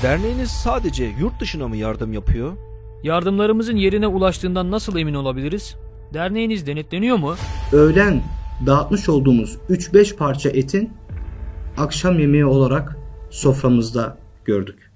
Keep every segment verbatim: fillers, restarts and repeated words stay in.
Derneğiniz sadece yurt dışına mı yardım yapıyor? Yardımlarımızın yerine ulaştığından nasıl emin olabiliriz? Derneğiniz denetleniyor mu? Öğlen dağıtmış olduğumuz üç beş parça etin akşam yemeği olarak soframızda gördük.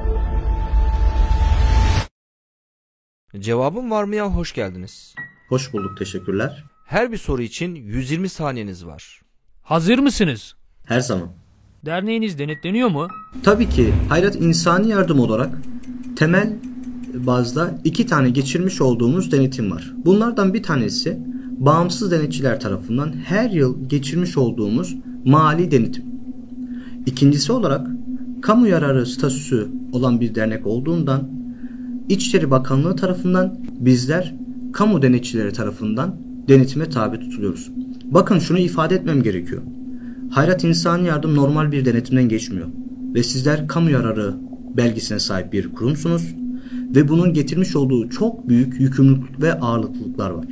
Cevabım var mıya hoş geldiniz. Hoş bulduk, teşekkürler. Her bir soru için yüz yirmi saniyeniz var. Hazır mısınız? Her zaman. Derneğiniz denetleniyor mu? Tabii ki Hayrat İnsani Yardım olarak temel bazda iki tane geçirmiş olduğumuz denetim var. Bunlardan bir tanesi bağımsız denetçiler tarafından her yıl geçirmiş olduğumuz mali denetim. İkincisi olarak kamu yararı statüsü olan bir dernek olduğundan İçişleri Bakanlığı tarafından bizler kamu denetçileri tarafından denetime tabi tutuluyoruz. Bakın, şunu ifade etmem gerekiyor. Hayrat İnsani Yardım normal bir denetimden geçmiyor ve sizler kamu yararı belgesine sahip bir kurumsunuz ve bunun getirmiş olduğu çok büyük yükümlülük ve ağırlıklar var.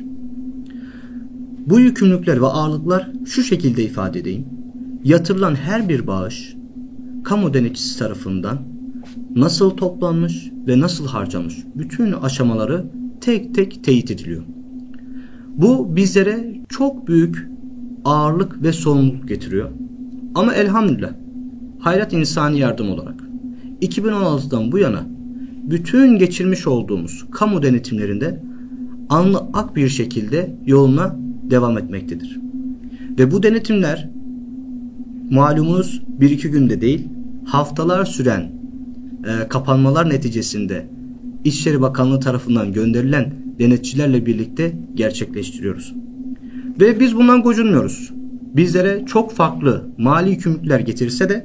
Bu yükümlülükler ve ağırlıklar şu şekilde ifade edeyim. Yatırılan her bir bağış kamu denetçisi tarafından nasıl toplanmış ve nasıl harcamış, bütün aşamaları tek tek teyit ediliyor. Bu bizlere çok büyük ağırlık ve sorumluluk getiriyor. Ama elhamdülillah Hayrat İnsani Yardım olarak iki bin on altıdan bu yana bütün geçirmiş olduğumuz kamu denetimlerinde anlı ak bir şekilde yoluna devam etmektedir. Ve bu denetimler malumunuz bir iki günde değil, haftalar süren e, kapanmalar neticesinde İçişleri Bakanlığı tarafından gönderilen denetçilerle birlikte gerçekleştiriyoruz. Ve biz bundan gocunmuyoruz. Bizlere çok farklı mali yükümlülükler getirse de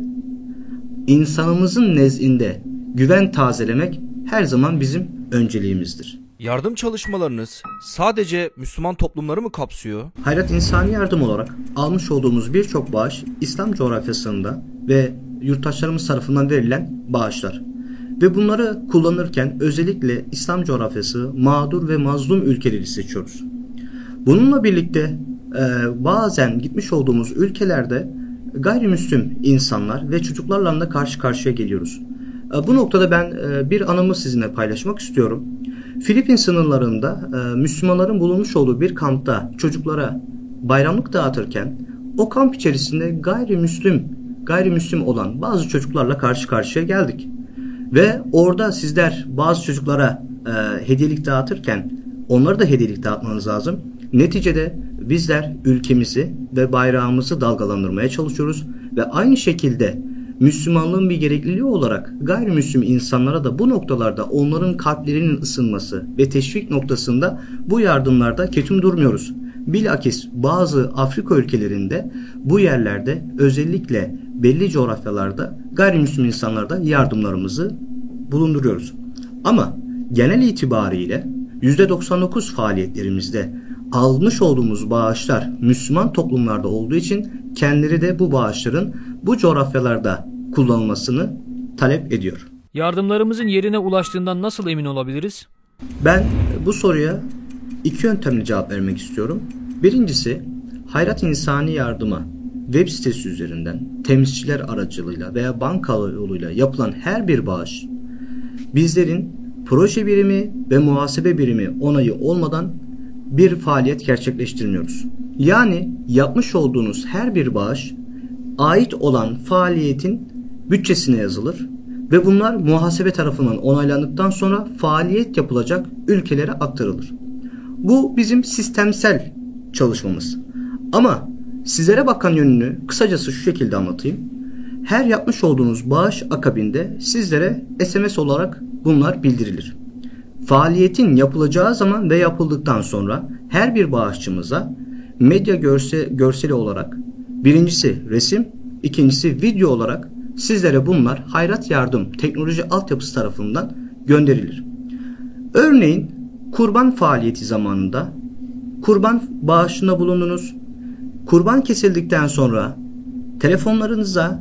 insanımızın nezdinde güven tazelemek her zaman bizim önceliğimizdir. Yardım çalışmalarınız sadece Müslüman toplumları mı kapsıyor? Hayrat İnsani Yardım olarak almış olduğumuz birçok bağış İslam coğrafyasında ve yurttaşlarımız tarafından verilen bağışlar. Ve bunları kullanırken özellikle İslam coğrafyası mağdur ve mazlum ülkeleri seçiyoruz. Bununla birlikte e, bazen gitmiş olduğumuz ülkelerde gayrimüslim insanlar ve çocuklarla da karşı karşıya geliyoruz. E, bu noktada ben e, bir anımı sizinle paylaşmak istiyorum. Filipin sınırlarında e, Müslümanların bulunmuş olduğu bir kampta çocuklara bayramlık dağıtırken o kamp içerisinde gayrimüslim, gayrimüslim olan bazı çocuklarla karşı karşıya geldik. Ve orada sizler bazı çocuklara e, hediyelik dağıtırken onlara da hediyelik dağıtmanız lazım. Neticede bizler ülkemizi ve bayrağımızı dalgalandırmaya çalışıyoruz ve aynı şekilde Müslümanlığın bir gerekliliği olarak gayrimüslim insanlara da bu noktalarda onların kalplerinin ısınması ve teşvik noktasında bu yardımlarda ketum durmuyoruz. Bilakis bazı Afrika ülkelerinde bu yerlerde özellikle belli coğrafyalarda gayrimüslim insanlarda yardımlarımızı bulunduruyoruz. Ama genel itibariyle yüzde doksan dokuz faaliyetlerimizde almış olduğumuz bağışlar Müslüman toplumlarda olduğu için kendileri de bu bağışların bu coğrafyalarda kullanılmasını talep ediyor. Yardımlarımızın yerine ulaştığından nasıl emin olabiliriz? Ben bu soruya iki yöntemle cevap vermek istiyorum. Birincisi, Hayrat İnsani Yardım'a web sitesi üzerinden temsilciler aracılığıyla veya bankalı yoluyla yapılan her bir bağış bizlerin proje birimi ve muhasebe birimi onayı olmadan bir faaliyet gerçekleştirmiyoruz. Yani yapmış olduğunuz her bir bağış ait olan faaliyetin bütçesine yazılır ve bunlar muhasebe tarafından onaylandıktan sonra faaliyet yapılacak ülkelere aktarılır. Bu bizim sistemsel çalışmamız. Ama sizlere bakan yönünü kısacası şu şekilde anlatayım. Her yapmış olduğunuz bağış akabinde sizlere S M S olarak bunlar bildirilir. Faaliyetin yapılacağı zaman ve yapıldıktan sonra her bir bağışçımıza medya görse, görseli olarak birincisi resim, ikincisi video olarak sizlere bunlar Hayrat Yardım teknoloji altyapısı tarafından gönderilir. Örneğin kurban faaliyeti zamanında kurban bağışında bulundunuz. Kurban kesildikten sonra telefonlarınıza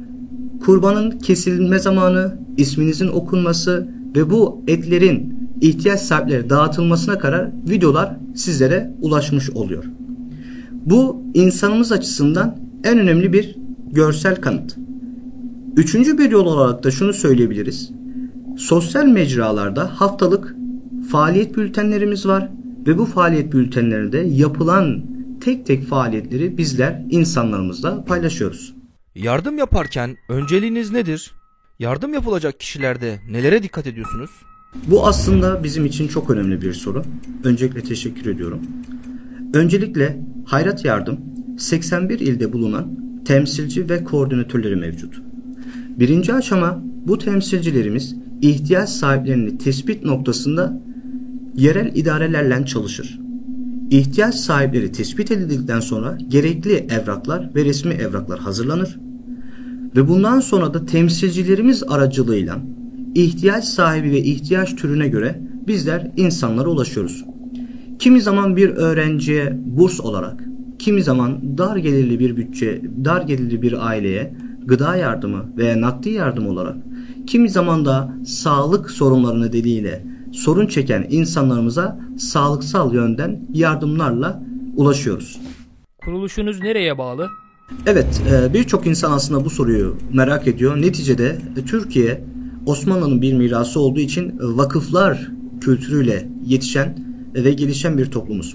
kurbanın kesilme zamanı, isminizin okunması ve bu etlerin ihtiyaç sahipleri dağıtılmasına kadar videolar sizlere ulaşmış oluyor. Bu insanımız açısından en önemli bir görsel kanıt. Üçüncü bir yol olarak da şunu söyleyebiliriz. Sosyal mecralarda haftalık faaliyet bültenlerimiz var ve bu faaliyet bültenlerinde yapılan tek tek faaliyetleri bizler insanlarımızla paylaşıyoruz. Yardım yaparken önceliğiniz nedir? Yardım yapılacak kişilerde nelere dikkat ediyorsunuz? Bu aslında bizim için çok önemli bir soru. Öncelikle teşekkür ediyorum. Öncelikle Hayrat Yardım seksen bir ilde bulunan temsilci ve koordinatörleri mevcut. Birinci aşama, bu temsilcilerimiz ihtiyaç sahiplerini tespit noktasında yerel idarelerle çalışır. İhtiyaç sahipleri tespit edildikten sonra gerekli evraklar ve resmi evraklar hazırlanır ve bundan sonra da temsilcilerimiz aracılığıyla ihtiyaç sahibi ve ihtiyaç türüne göre bizler insanlara ulaşıyoruz. Kimi zaman bir öğrenciye burs olarak, kimi zaman dar gelirli bir bütçe, dar gelirli bir aileye gıda yardımı veya nakdi yardım olarak, kimi zaman da sağlık sorunları nedeniyle sorun çeken insanlarımıza sağlıksal yönden yardımlarla ulaşıyoruz. Kuruluşunuz nereye bağlı? Evet, birçok insan aslında bu soruyu merak ediyor. Neticede Türkiye Osmanlı'nın bir mirası olduğu için vakıflar kültürüyle yetişen ve gelişen bir toplumuz.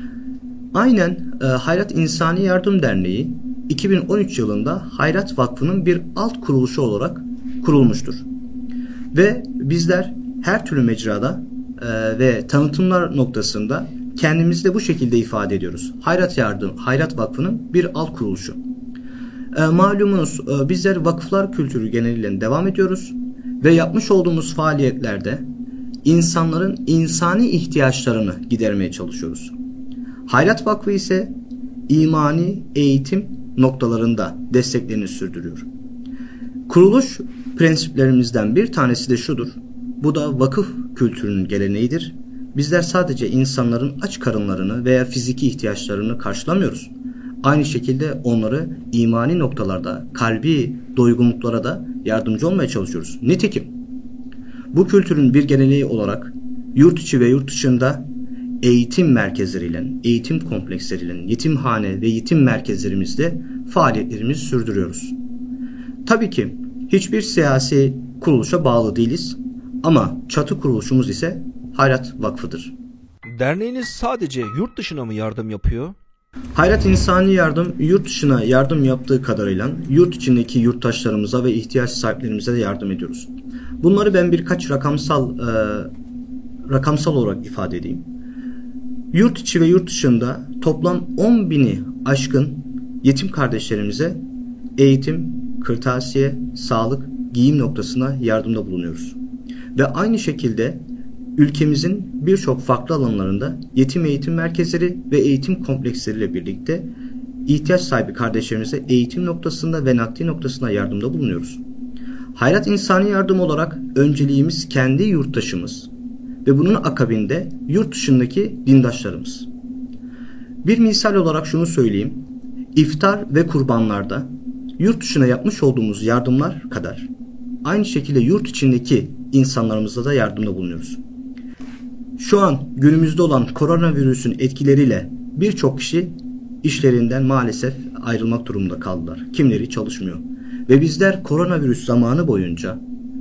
Aynen Hayrat İnsani Yardım Derneği iki bin on üç yılında Hayrat Vakfı'nın bir alt kuruluşu olarak kurulmuştur. Ve bizler her türlü mecrada e, ve tanıtımlar noktasında kendimizi de bu şekilde ifade ediyoruz. Hayrat Yardım, Hayrat Vakfı'nın bir alt kuruluşu. E, malumunuz e, bizler vakıflar kültürü geneliyle devam ediyoruz ve yapmış olduğumuz faaliyetlerde insanların insani ihtiyaçlarını gidermeye çalışıyoruz. Hayrat Vakfı ise imani eğitim noktalarında desteklerini sürdürüyor. Kuruluş prensiplerimizden bir tanesi de şudur. Bu da vakıf kültürünün geleneğidir. Bizler sadece insanların aç karınlarını veya fiziki ihtiyaçlarını karşılamıyoruz. Aynı şekilde onları imani noktalarda, kalbi doygunluklara da yardımcı olmaya çalışıyoruz. Nitekim bu kültürün bir geleneği olarak yurt içi ve yurt dışında eğitim merkezleriyle, eğitim kompleksleriyle, yetimhane ve yetim merkezlerimizde faaliyetlerimizi sürdürüyoruz. Tabii ki hiçbir siyasi kuruluşa bağlı değiliz ama çatı kuruluşumuz ise Hayrat Vakfı'dır. Derneğiniz sadece yurt dışına mı yardım yapıyor? Hayrat İnsani Yardım yurt dışına yardım yaptığı kadarıyla yurt içindeki yurttaşlarımıza ve ihtiyaç sahiplerimize de yardım ediyoruz. Bunları ben birkaç rakamsal e, rakamsal olarak ifade edeyim. Yurt içi ve yurt dışında toplam on bini aşkın yetim kardeşlerimize eğitim, kırtasiye, sağlık, giyim noktasına yardımda bulunuyoruz. Ve aynı şekilde ülkemizin birçok farklı alanlarında yetim eğitim merkezleri ve eğitim kompleksleriyle birlikte ihtiyaç sahibi kardeşlerimize eğitim noktasında ve nakdi noktasına yardımda bulunuyoruz. Hayrat İnsani Yardım olarak önceliğimiz kendi yurttaşımız ve bunun akabinde yurt dışındaki dindaşlarımız. Bir misal olarak şunu söyleyeyim. İftar ve kurbanlarda yurt dışına yapmış olduğumuz yardımlar kadar aynı şekilde yurt içindeki insanlarımıza da yardımda bulunuyoruz. Şu an günümüzde olan koronavirüsün etkileriyle birçok kişi işlerinden maalesef ayrılmak durumunda kaldılar. Kimleri çalışmıyor. Ve bizler koronavirüs zamanı boyunca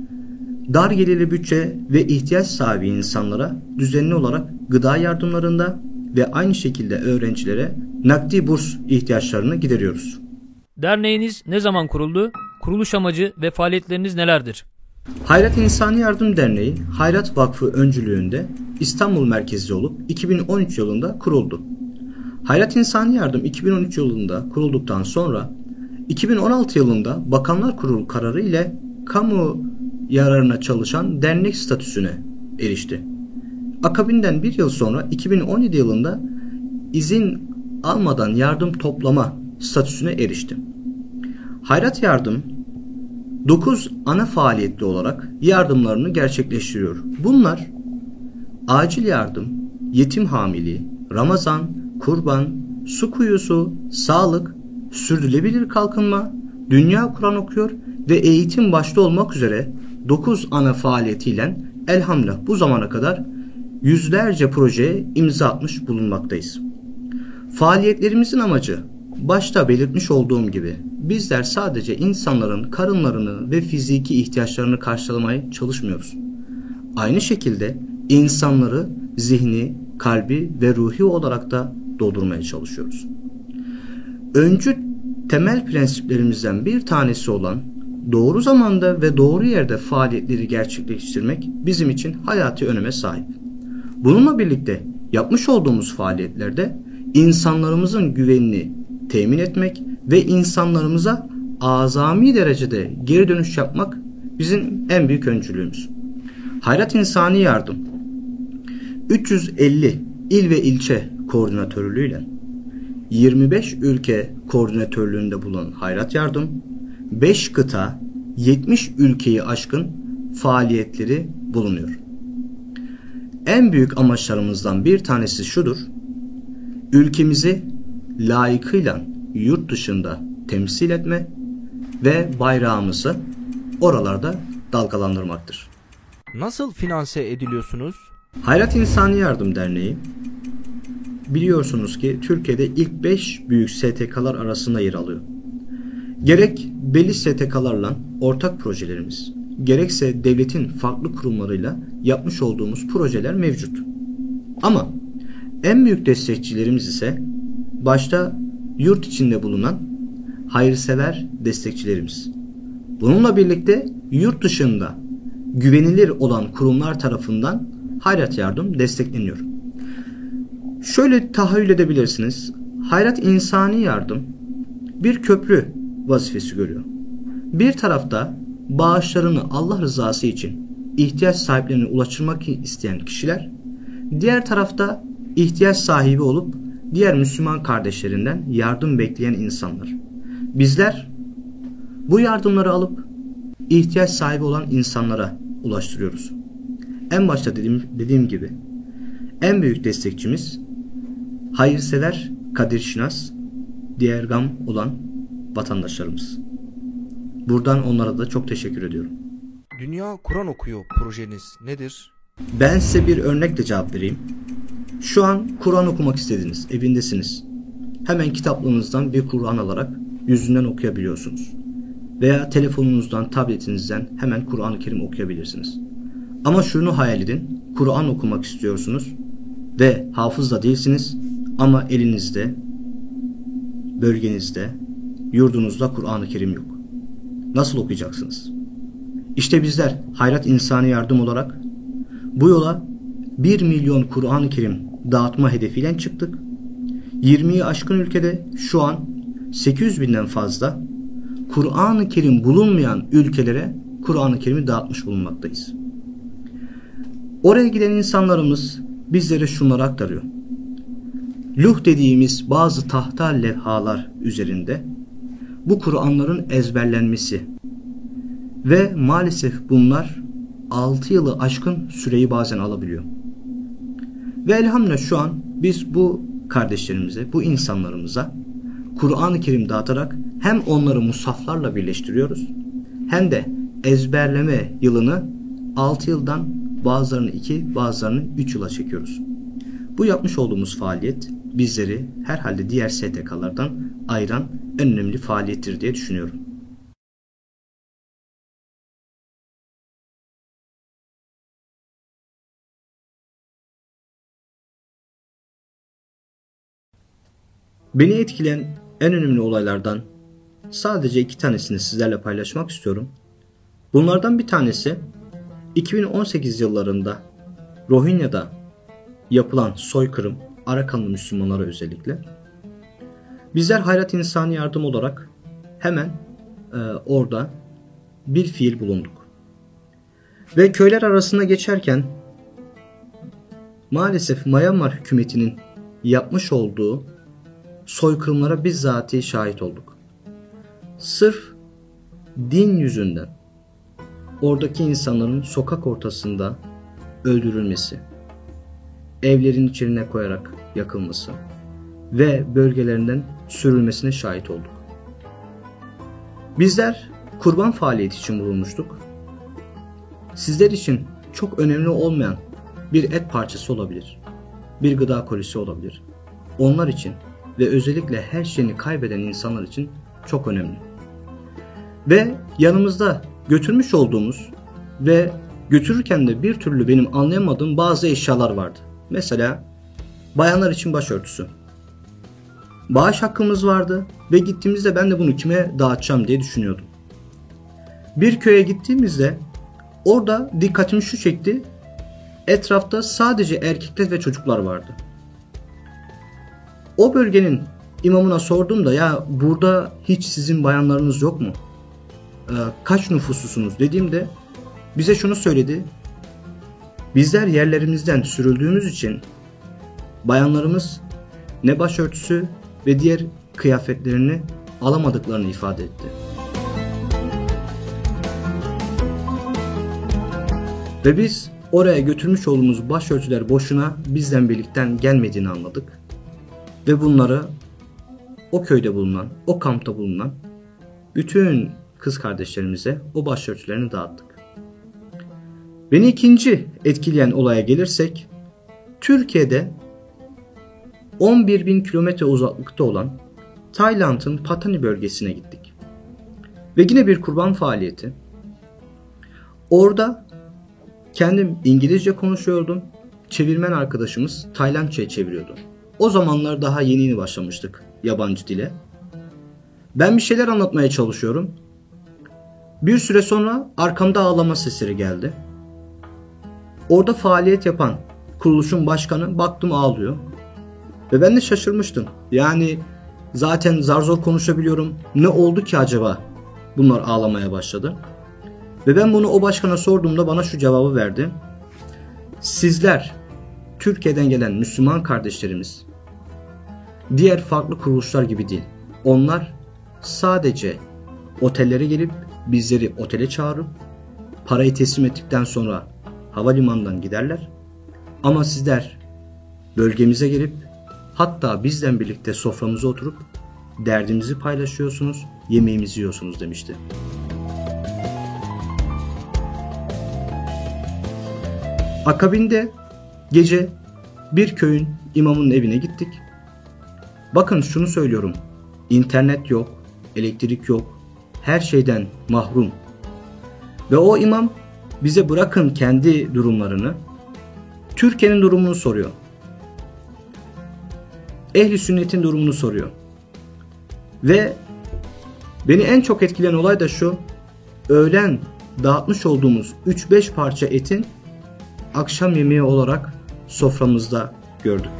dar gelirli bütçe ve ihtiyaç sahibi insanlara düzenli olarak gıda yardımlarında ve aynı şekilde öğrencilere nakdi burs ihtiyaçlarını gideriyoruz. Derneğiniz ne zaman kuruldu? Kuruluş amacı ve faaliyetleriniz nelerdir? Hayrat İnsani Yardım Derneği, Hayrat Vakfı öncülüğünde İstanbul merkezli olup iki bin on üç yılında kuruldu. Hayrat İnsani Yardım iki bin on üç yılında kurulduktan sonra iki bin on altı yılında Bakanlar Kurulu kararı ile kamu yararına çalışan dernek statüsüne erişti. Akabinden bir yıl sonra iki bin on yedi yılında izin almadan yardım toplama statüsüne erişti. Hayrat Yardım dokuz ana faaliyetli olarak yardımlarını gerçekleştiriyor. Bunlar acil yardım, yetim hamili, Ramazan, kurban, su kuyusu, sağlık, sürdürülebilir kalkınma, dünya Kur'an okuyor ve eğitim başta olmak üzere dokuz ana faaliyetiyle elhamdülillah bu zamana kadar yüzlerce projeye imza atmış bulunmaktayız. Faaliyetlerimizin amacı başta belirtmiş olduğum gibi bizler sadece insanların karınlarını ve fiziki ihtiyaçlarını karşılamaya çalışmıyoruz. Aynı şekilde insanları zihni, kalbi ve ruhi olarak da doldurmaya çalışıyoruz. Öncü temel prensiplerimizden bir tanesi olan doğru zamanda ve doğru yerde faaliyetleri gerçekleştirmek bizim için hayati öneme sahip. Bununla birlikte yapmış olduğumuz faaliyetlerde insanlarımızın güvenini temin etmek ve insanlarımıza azami derecede geri dönüş yapmak bizim en büyük öncülüğümüz. Hayrat İnsani Yardım üç yüz elli il ve ilçe koordinatörlüğüyle yirmi beş ülke koordinatörlüğünde bulunan Hayrat Yardım, beş kıta, yetmiş ülkeyi aşkın faaliyetleri bulunuyor. En büyük amaçlarımızdan bir tanesi şudur: ülkemizi layıkıyla yurt dışında temsil etme ve bayrağımızı oralarda dalgalandırmaktır. Nasıl finanse ediliyorsunuz? Hayrat İnsani Yardım Derneği, biliyorsunuz ki Türkiye'de ilk beş büyük S T K'lar arasında yer alıyor. Gerek belli S T K'larla ortak projelerimiz, gerekse devletin farklı kurumlarıyla yapmış olduğumuz projeler mevcut. Ama en büyük destekçilerimiz ise başta yurt içinde bulunan hayırsever destekçilerimiz. Bununla birlikte yurt dışında güvenilir olan kurumlar tarafından Hayrat Yardım destekleniyor. Şöyle tahayyül edebilirsiniz. Hayrat İnsani Yardım bir köprü vazifesi görüyor. Bir tarafta bağışlarını Allah rızası için ihtiyaç sahiplerine ulaştırmak isteyen kişiler, diğer tarafta ihtiyaç sahibi olup diğer Müslüman kardeşlerinden yardım bekleyen insanlar. Bizler bu yardımları alıp ihtiyaç sahibi olan insanlara ulaştırıyoruz. En başta dediğim, dediğim gibi en büyük destekçimiz hayırsever, kadir şinas, diğer gam olan vatandaşlarımız. Buradan onlara da çok teşekkür ediyorum. Dünya Kur'an okuyor projeniz nedir? Ben size bir örnekle cevap vereyim. Şu an Kur'an okumak istediniz, evindesiniz. Hemen kitaplığınızdan bir Kur'an alarak yüzünden okuyabiliyorsunuz. Veya telefonunuzdan, tabletinizden hemen Kur'an-ı Kerim okuyabilirsiniz. Ama şunu hayal edin, Kur'an okumak istiyorsunuz ve hafız da değilsiniz ama elinizde, bölgenizde, yurdunuzda Kur'an-ı Kerim yok. Nasıl okuyacaksınız? İşte bizler Hayrat İnsani Yardım olarak bu yola bir milyon Kur'an-ı Kerim dağıtma hedefiyle çıktık. yirmiyi aşkın ülkede şu an sekiz yüz binden fazla Kur'an-ı Kerim bulunmayan ülkelere Kur'an-ı Kerim'i dağıtmış bulunmaktayız. Oraya giden insanlarımız bizlere şunları aktarıyor. Luh dediğimiz bazı tahta levhalar üzerinde bu Kur'anların ezberlenmesi ve maalesef bunlar altı yılı aşkın süreyi bazen alabiliyor. Ve elhamdülillah şu an biz bu kardeşlerimize, bu insanlarımıza Kur'an-ı Kerim dağıtarak hem onları mushaflarla birleştiriyoruz hem de ezberleme yılını altı yıldan bazılarını iki, bazılarını üç yıla çekiyoruz. Bu yapmış olduğumuz faaliyet bizleri herhalde diğer S T K'lardan ayıran en önemli faaliyettir diye düşünüyorum. Beni etkileyen en önemli olaylardan sadece iki tanesini sizlerle paylaşmak istiyorum. Bunlardan bir tanesi iki bin on sekiz yıllarında Rohingya'da yapılan soykırım, Arakanlı Müslümanlara özellikle. Bizler Hayrat İnsani Yardım olarak hemen e, orada bir fiil bulunduk. Ve köyler arasında geçerken maalesef Myanmar hükümetinin yapmış olduğu soykırımlara bizzati şahit olduk. Sırf din yüzünden oradaki insanların sokak ortasında öldürülmesi, evlerin içine koyarak yakılması ve bölgelerinden sürülmesine şahit olduk. Bizler kurban faaliyeti için bulunmuştuk. Sizler için çok önemli olmayan bir et parçası olabilir, bir gıda kolisi olabilir. Onlar için ve özellikle her şeyini kaybeden insanlar için çok önemli. Ve yanımızda götürmüş olduğumuz ve götürürken de bir türlü benim anlayamadığım bazı eşyalar vardı. Mesela bayanlar için başörtüsü. Bağış hakkımız vardı ve gittiğimizde ben de bunu kime dağıtacağım diye düşünüyordum. Bir köye gittiğimizde orada dikkatimi şu çekti. Etrafta sadece erkekler ve çocuklar vardı. O bölgenin imamına sorduğumda ya burada hiç sizin bayanlarınız yok mu? Ee, kaç nüfuslusunuz dediğimde bize şunu söyledi. Bizler yerlerimizden sürüldüğümüz için bayanlarımız ne başörtüsü ve diğer kıyafetlerini alamadıklarını ifade etti. Ve biz oraya götürmüş olduğumuz başörtüler boşuna bizden birlikten gelmediğini anladık. Ve bunları o köyde bulunan, o kampta bulunan bütün kız kardeşlerimize o başörtülerini dağıttık. Beni ikinci etkileyen olaya gelirsek, Türkiye'de on bir bin kilometre uzaklıkta olan Tayland'ın Patani bölgesine gittik. Ve yine bir kurban faaliyeti. Orada kendim İngilizce konuşuyordum. Çevirmen arkadaşımız Taylandça'ya çeviriyordu. O zamanlar daha yeni yeni başlamıştık yabancı dile. Ben bir şeyler anlatmaya çalışıyorum. Bir süre sonra arkamda ağlama sesleri geldi. Orada faaliyet yapan kuruluşun başkanı baktım ağlıyor. Ve ben de şaşırmıştım. Yani zaten zar zor konuşabiliyorum. Ne oldu ki acaba bunlar ağlamaya başladı? Ve ben bunu o başkana sorduğumda bana şu cevabı verdi. Sizler Türkiye'den gelen Müslüman kardeşlerimiz diğer farklı kuruluşlar gibi değil. Onlar sadece otellere gelip bizleri otele çağırıp parayı teslim ettikten sonra havalimanından giderler. Ama sizler bölgemize gelip hatta bizden birlikte soframıza oturup derdimizi paylaşıyorsunuz, yemeğimizi yiyorsunuz demişti. Akabinde gece bir köyün imamının evine gittik. Bakın şunu söylüyorum. İnternet yok, elektrik yok, her şeyden mahrum. Ve o imam bize bırakın kendi durumlarını, Türkiye'nin durumunu soruyor. Ehli sünnetin durumunu soruyor. Ve beni en çok etkileyen olay da şu. Öğlen dağıtmış olduğumuz üç beş parça etin akşam yemeği olarak soframızda gördük.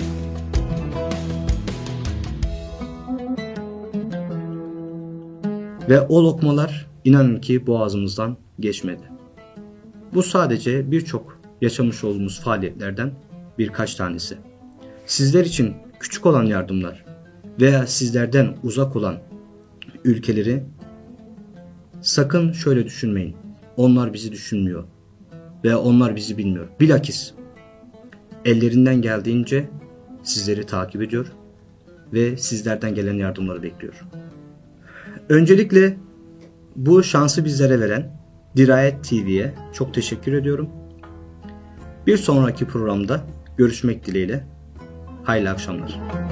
Ve o lokmalar inanın ki boğazımızdan geçmedi. Bu sadece birçok yaşamış olduğumuz faaliyetlerden birkaç tanesi. Sizler için küçük olan yardımlar veya sizlerden uzak olan ülkeleri sakın şöyle düşünmeyin. Onlar bizi düşünmüyor veya onlar bizi bilmiyor. Bilakis ellerinden geldiğince sizleri takip ediyor ve sizlerden gelen yardımları bekliyor. Öncelikle bu şansı bizlere veren Dirayet T V'ye çok teşekkür ediyorum. Bir sonraki programda görüşmek dileğiyle. Hayırlı akşamlar.